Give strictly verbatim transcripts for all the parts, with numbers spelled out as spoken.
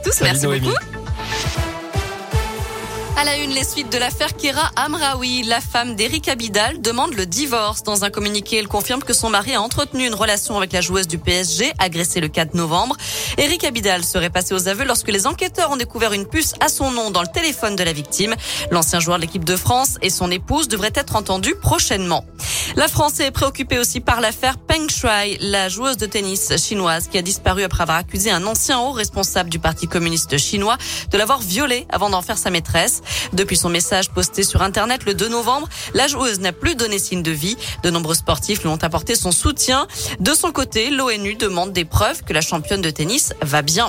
tous. Salut Merci Noémie. beaucoup. À la une, les suites de l'affaire Kéra Amraoui. La femme d'Eric Abidal demande le divorce. Dans un communiqué, elle confirme que son mari a entretenu une relation avec la joueuse du P S G, agressée le quatre novembre. Eric Abidal serait passé aux aveux lorsque les enquêteurs ont découvert une puce à son nom dans le téléphone de la victime. L'ancien joueur de l'équipe de France et son épouse devraient être entendus prochainement. La France est préoccupée aussi par l'affaire Peng Shuai, la joueuse de tennis chinoise qui a disparu après avoir accusé un ancien haut responsable du Parti communiste chinois de l'avoir violée avant d'en faire sa maîtresse. Depuis son message posté sur Internet le deux novembre, la joueuse n'a plus donné signe de vie. De nombreux sportifs lui ont apporté son soutien. De son côté, l'ONU demande des preuves que la championne de tennis va bien.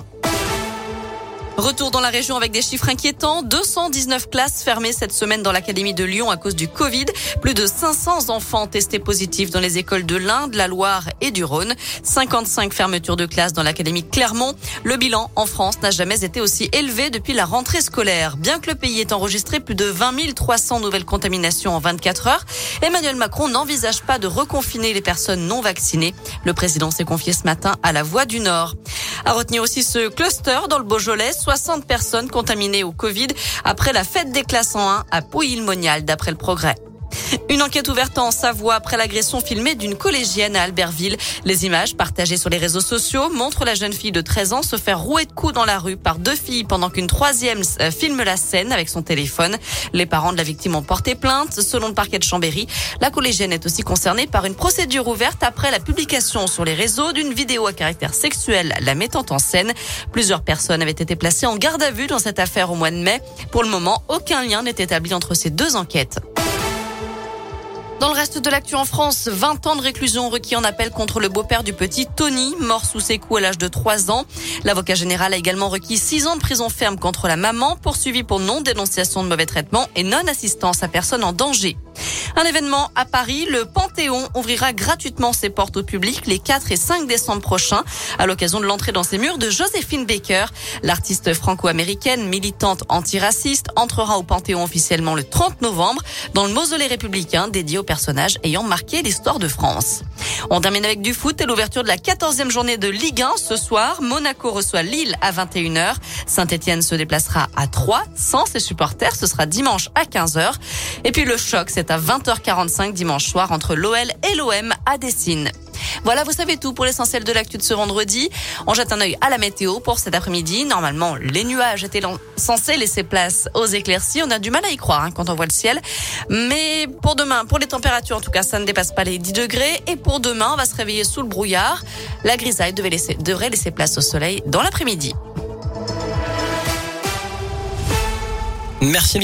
Retour dans la région avec des chiffres inquiétants. deux cent dix-neuf classes fermées cette semaine dans l'académie de Lyon à cause du Covid. Plus de cinq cents enfants testés positifs dans les écoles de l'Ain, de la Loire et du Rhône. cinquante-cinq fermetures de classes dans l'académie de Clermont. Le bilan en France n'a jamais été aussi élevé depuis la rentrée scolaire. Bien que le pays ait enregistré plus de vingt mille trois cents nouvelles contaminations en vingt-quatre heures, Emmanuel Macron n'envisage pas de reconfiner les personnes non vaccinées. Le président s'est confié ce matin à La Voix du Nord. À retenir aussi ce cluster dans le Beaujolais. soixante personnes contaminées au Covid après la fête des classes en un à Pouilly-le-Monial, d'après le Progrès. Une enquête ouverte en Savoie après l'agression filmée d'une collégienne à Albertville. Les images partagées sur les réseaux sociaux montrent la jeune fille de treize ans se faire rouer de coups dans la rue par deux filles pendant qu'une troisième filme la scène avec son téléphone. Les parents de la victime ont porté plainte. Selon le parquet de Chambéry, la collégienne est aussi concernée par une procédure ouverte après la publication sur les réseaux d'une vidéo à caractère sexuel la mettant en scène. Plusieurs personnes avaient été placées en garde à vue dans cette affaire au mois de mai. Pour le moment, aucun lien n'est établi entre ces deux enquêtes. Dans le reste de l'actu en France, vingt ans de réclusion requis en appel contre le beau-père du petit Tony, mort sous ses coups à l'âge de trois ans. L'avocat général a également requis six ans de prison ferme contre la maman, poursuivie pour non-dénonciation de mauvais traitements et non-assistance à personne en danger. Un événement à Paris, le Panthéon ouvrira gratuitement ses portes au public les quatre et cinq décembre prochains à l'occasion de l'entrée dans ses murs de Joséphine Baker. L'artiste franco-américaine, militante antiraciste, entrera au Panthéon officiellement le trente novembre dans le mausolée républicain dédié aux personnages ayant marqué l'histoire de France. On termine avec du foot et l'ouverture de la quatorzième journée de Ligue un ce soir. Monaco reçoit Lille à vingt et une heures. Saint-Etienne se déplacera à Troyes sans ses supporters. Ce sera dimanche à quinze heures. Et puis le choc, c'est à vingt heures quarante-cinq dimanche soir entre l'O L et l'O M à Dessine. Voilà, vous savez tout pour l'essentiel de l'actu de ce vendredi. On jette un œil à la météo pour cet après-midi. Normalement, les nuages étaient censés laisser place aux éclaircies. On a du mal à y croire hein, quand on voit le ciel. Mais pour demain, pour les températures, en tout cas, ça ne dépasse pas les dix degrés. Et pour demain, on va se réveiller sous le brouillard. La grisaille devait laisser, devrait laisser place au soleil dans l'après-midi. Merci.